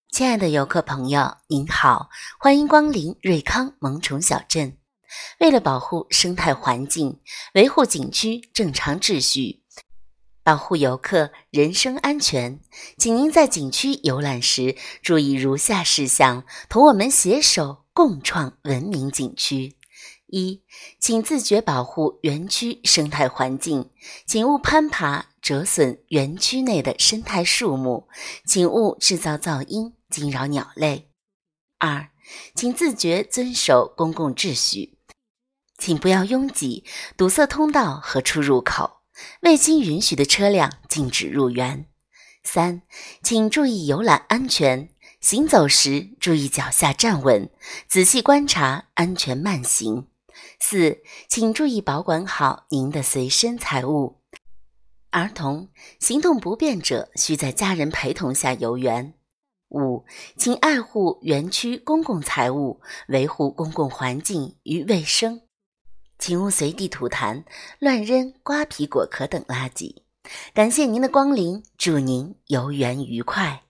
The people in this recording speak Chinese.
亲爱的游客朋友，您好，欢迎光临瑞康萌宠小镇。为了保护生态环境，维护景区正常秩序，保护游客人身安全，请您在景区游览时注意如下事项，同我们携手共创文明景区。一，请自觉保护园区生态环境，请勿攀爬折损园区内的生态树木，请勿制造噪音惊扰鸟类。二，请自觉遵守公共秩序，请不要拥挤，堵塞通道和出入口，未经允许的车辆禁止入园。三，请注意游览安全，行走时注意脚下站稳，仔细观察，安全慢行。四，请注意保管好您的随身财物。儿童、行动不便者需在家人陪同下游园。五，请爱护园区公共财物，维护公共环境与卫生，请勿随地吐痰、乱扔瓜皮、果壳等垃圾。感谢您的光临，祝您游园愉快。